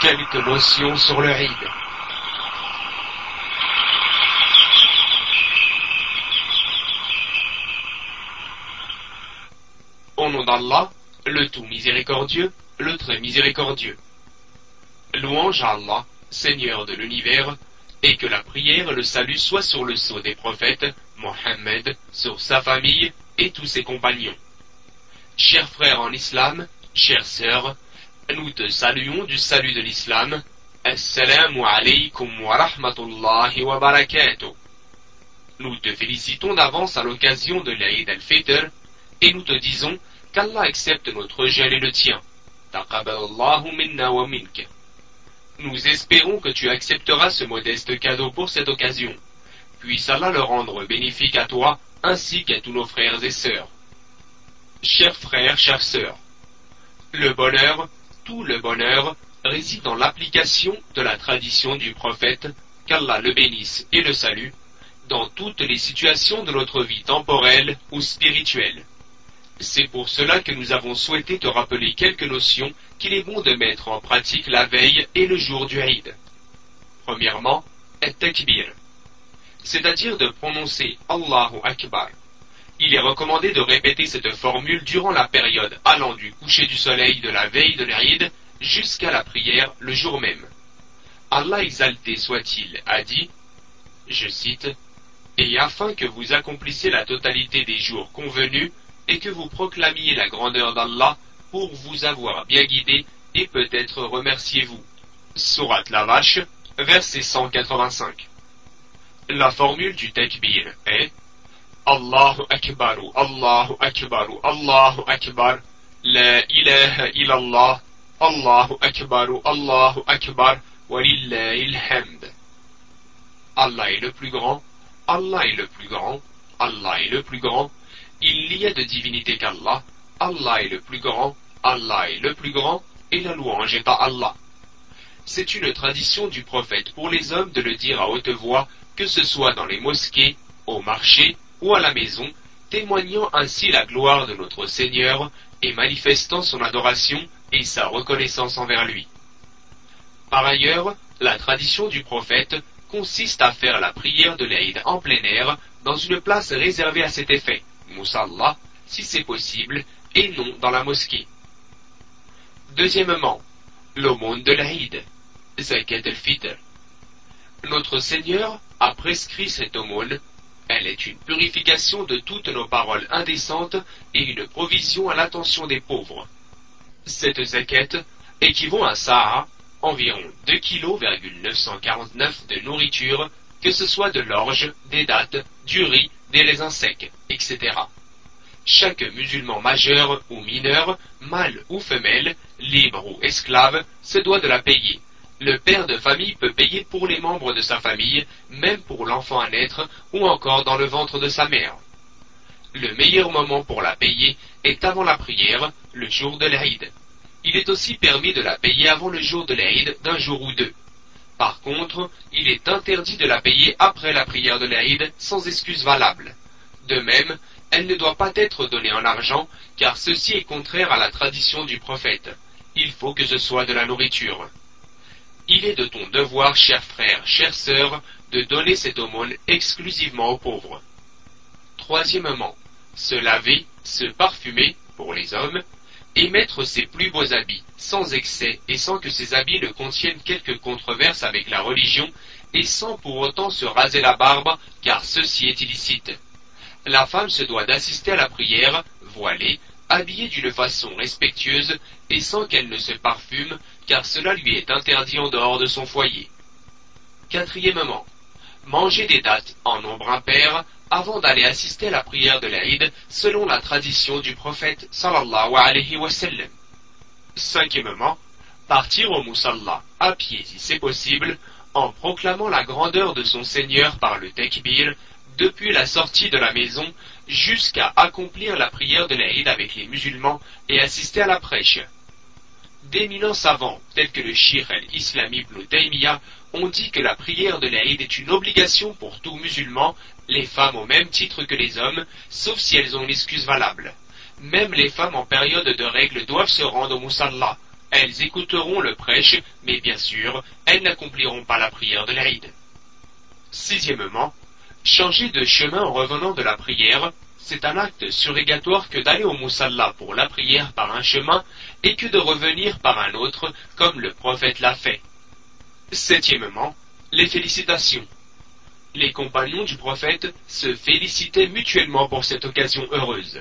quelques notions sur le Eid. Au nom d'Allah, le tout miséricordieux, le très miséricordieux. Louange à Allah, Seigneur de l'univers, et que la prière et le salut soient sur le sceau des prophètes, Mohammed, sur sa famille et tous ses compagnons. Chers frères en islam, chères sœurs, nous te saluons du salut de l'islam. Assalamu alaykum wa rahmatullahi wa barakatuh. Nous te félicitons d'avance à l'occasion de l'Eid al-Fitr et nous te disons qu'Allah accepte notre jeûne et le tien. Taqabbalallahu minna wa mink. Nous espérons que tu accepteras ce modeste cadeau pour cette occasion. Puisse Allah le rendre bénéfique à toi ainsi qu'à tous nos frères et sœurs. Chers frères, chères sœurs, le bonheur, tout le bonheur, réside dans l'application de la tradition du prophète, qu'Allah le bénisse et le salue, dans toutes les situations de notre vie temporelle ou spirituelle. C'est pour cela que nous avons souhaité te rappeler quelques notions qu'il est bon de mettre en pratique la veille et le jour du Eid. Premièrement, at-takbir, c'est-à-dire de prononcer Allahu Akbar. Il est recommandé de répéter cette formule durant la période allant du coucher du soleil de la veille de l'Eid jusqu'à la prière le jour même. Allah exalté soit-il a dit, je cite, « Et afin que vous accomplissiez la totalité des jours convenus et que vous proclamiez la grandeur d'Allah pour vous avoir bien guidé et peut-être remerciez-vous. » Sourate la Vache, verset 185. La formule du takbir est Allahu Akbaru, Allahu Akbaru, Allahu Akbar, La ilaha illallah, Allahu Akbaru, Allahu Akbar, Walillahil hamd. Allah est le plus grand, Allah est le plus grand, Allah est le plus grand, il n'y a de divinité qu'Allah, Allah est le plus grand, Allah est le plus grand, et la louange est à Allah. C'est une tradition du prophète pour les hommes de le dire à haute voix, que ce soit dans les mosquées, au marché ou à la maison, témoignant ainsi la gloire de notre Seigneur et manifestant son adoration et sa reconnaissance envers lui. Par ailleurs, la tradition du prophète consiste à faire la prière de l'Eid en plein air dans une place réservée à cet effet, Musalla, si c'est possible, et non dans la mosquée. Deuxièmement, l'aumône de l'Eid, Zakat al-Fitr. Notre Seigneur a prescrit cette aumône. Elle est une purification de toutes nos paroles indécentes et une provision à l'attention des pauvres. Cette zakat équivaut à Sa'a, environ 2,949 kg de nourriture, que ce soit de l'orge, des dattes, du riz, des raisins secs, etc. Chaque musulman majeur ou mineur, mâle ou femelle, libre ou esclave, se doit de la payer. Le père de famille peut payer pour les membres de sa famille, même pour l'enfant à naître ou encore dans le ventre de sa mère. Le meilleur moment pour la payer est avant la prière, le jour de l'Eid. Il est aussi permis de la payer avant le jour de l'Eid d'un jour ou deux. Par contre, il est interdit de la payer après la prière de l'Eid sans excuse valable. De même, elle ne doit pas être donnée en argent, car ceci est contraire à la tradition du prophète. Il faut que ce soit de la nourriture. Il est de ton devoir, chers frères, chères sœurs, de donner cette aumône exclusivement aux pauvres. Troisièmement, se laver, se parfumer, pour les hommes, et mettre ses plus beaux habits, sans excès et sans que ces habits ne contiennent quelque controverse avec la religion, et sans pour autant se raser la barbe, car ceci est illicite. La femme se doit d'assister à la prière, voilée, habillée d'une façon respectueuse, et sans qu'elle ne se parfume, car cela lui est interdit en dehors de son foyer. Quatrièmement, manger des dattes en nombre impair avant d'aller assister à la prière de l'Eid selon la tradition du prophète sallallahu alayhi wa sallam. Cinquièmement, partir au musalla à pied si c'est possible en proclamant la grandeur de son Seigneur par le takbir depuis la sortie de la maison jusqu'à accomplir la prière de l'Eid avec les musulmans et assister à la prêche. D'éminents savants, tels que le Cheikh al-Islam ibn Taymiyyah, ont dit que la prière de l'Eid est une obligation pour tout musulman, les femmes au même titre que les hommes, sauf si elles ont une excuse valable. Même les femmes en période de règles doivent se rendre au musalla. Elles écouteront le prêche, mais bien sûr, elles n'accompliront pas la prière de l'Aïd. Sixièmement, changer de chemin en revenant de la prière, c'est un acte surrégatoire que d'aller au Musalla pour la prière par un chemin et que de revenir par un autre, comme le prophète l'a fait. Septièmement, les félicitations. Les compagnons du prophète se félicitaient mutuellement pour cette occasion heureuse.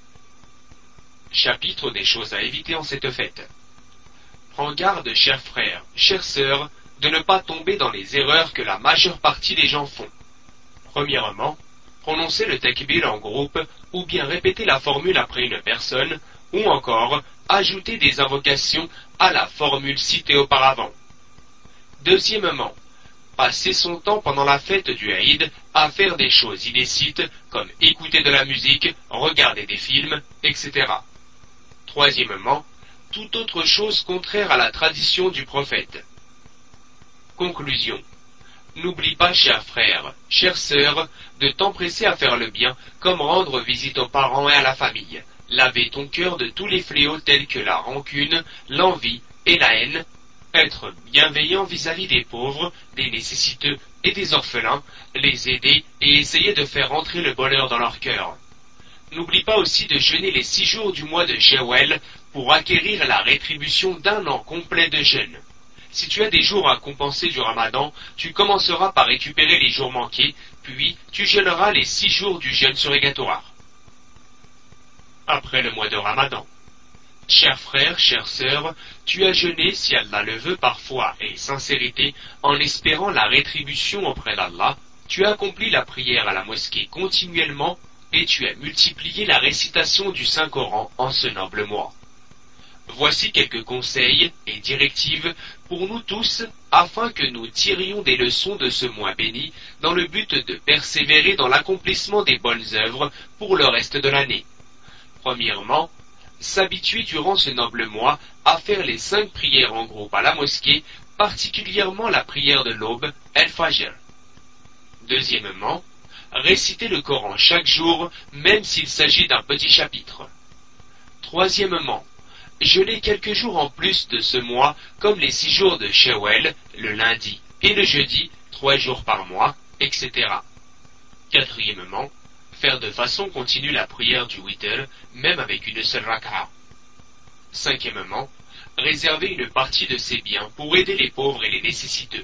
Chapitre des choses à éviter en cette fête. Prends garde, chers frères, chères sœurs, de ne pas tomber dans les erreurs que la majeure partie des gens font. Premièrement, prononcer le takbir en groupe ou bien répéter la formule après une personne ou encore ajouter des invocations à la formule citée auparavant. Deuxièmement, passer son temps pendant la fête du Aïd à faire des choses illicites comme écouter de la musique, regarder des films, etc. Troisièmement, toute autre chose contraire à la tradition du prophète. Conclusion. N'oublie pas, chers frères, chères sœurs, de t'empresser à faire le bien, comme rendre visite aux parents et à la famille, laver ton cœur de tous les fléaux tels que la rancune, l'envie et la haine, être bienveillant vis-à-vis des pauvres, des nécessiteux et des orphelins, les aider et essayer de faire entrer le bonheur dans leur cœur. N'oublie pas aussi de jeûner les 6 jours du mois de Shawwal pour acquérir la rétribution d'1 an complet de jeûne. Si tu as des jours à compenser du Ramadan, tu commenceras par récupérer les jours manqués, puis tu jeûneras les 6 jours du jeûne surrégatoire. Après le mois de Ramadan. Chers frères, chères sœurs, tu as jeûné, si Allah le veut, par foi et sincérité, en espérant la rétribution auprès d'Allah, tu as accompli la prière à la mosquée continuellement, et tu as multiplié la récitation du Saint-Coran en ce noble mois. Voici quelques conseils et directives pour nous tous, afin que nous tirions des leçons de ce mois béni, dans le but de persévérer dans l'accomplissement des bonnes œuvres pour le reste de l'année. Premièrement, s'habituer durant ce noble mois à faire les 5 prières en groupe à la mosquée, particulièrement la prière de l'aube, El-Fajr. Deuxièmement, réciter le Coran chaque jour, même s'il s'agit d'un petit chapitre. Troisièmement, jeûner quelques jours en plus de ce mois, comme les 6 jours de Shawwal, le lundi et le jeudi, 3 jours par mois, etc. Quatrièmement, faire de façon continue la prière du witr, même avec une seule rak'a. Cinquièmement, réserver une partie de ses biens pour aider les pauvres et les nécessiteux.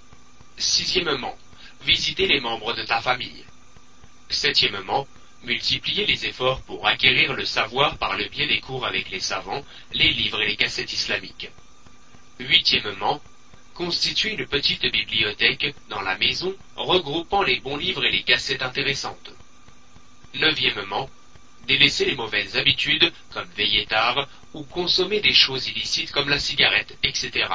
Sixièmement, visiter les membres de ta famille. Septièmement, multiplier les efforts pour acquérir le savoir par le biais des cours avec les savants, les livres et les cassettes islamiques. Huitièmement, constituer une petite bibliothèque dans la maison regroupant les bons livres et les cassettes intéressantes. Neuvièmement, délaisser les mauvaises habitudes comme veiller tard ou consommer des choses illicites comme la cigarette, etc.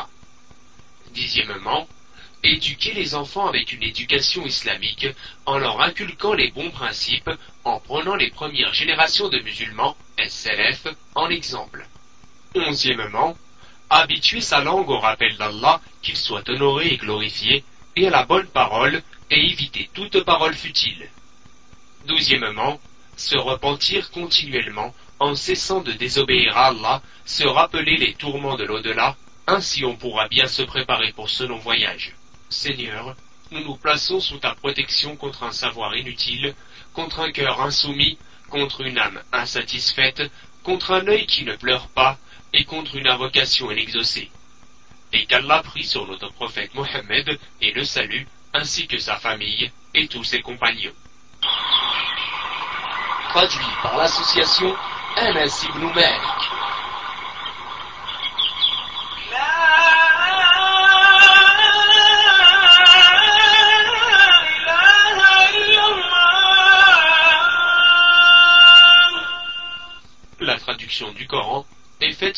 Dixièmement, éduquer les enfants avec une éducation islamique en leur inculquant les bons principes, en prenant les premières générations de musulmans, SLF, en exemple. Onzièmement, habituer sa langue au rappel d'Allah, qu'il soit honoré et glorifié, et à la bonne parole, et éviter toute parole futile. Douzièmement, se repentir continuellement en cessant de désobéir à Allah, se rappeler les tourments de l'au-delà, ainsi on pourra bien se préparer pour ce long voyage. Seigneur, nous nous plaçons sous ta protection contre un savoir inutile, contre un cœur insoumis, contre une âme insatisfaite, contre un œil qui ne pleure pas, et contre une invocation inexaucée. Et qu'Allah prie sur notre prophète Mohammed et le salue, ainsi que sa famille et tous ses compagnons. Traduit par l'association Anas ibn Malik. La traduction du Coran est faite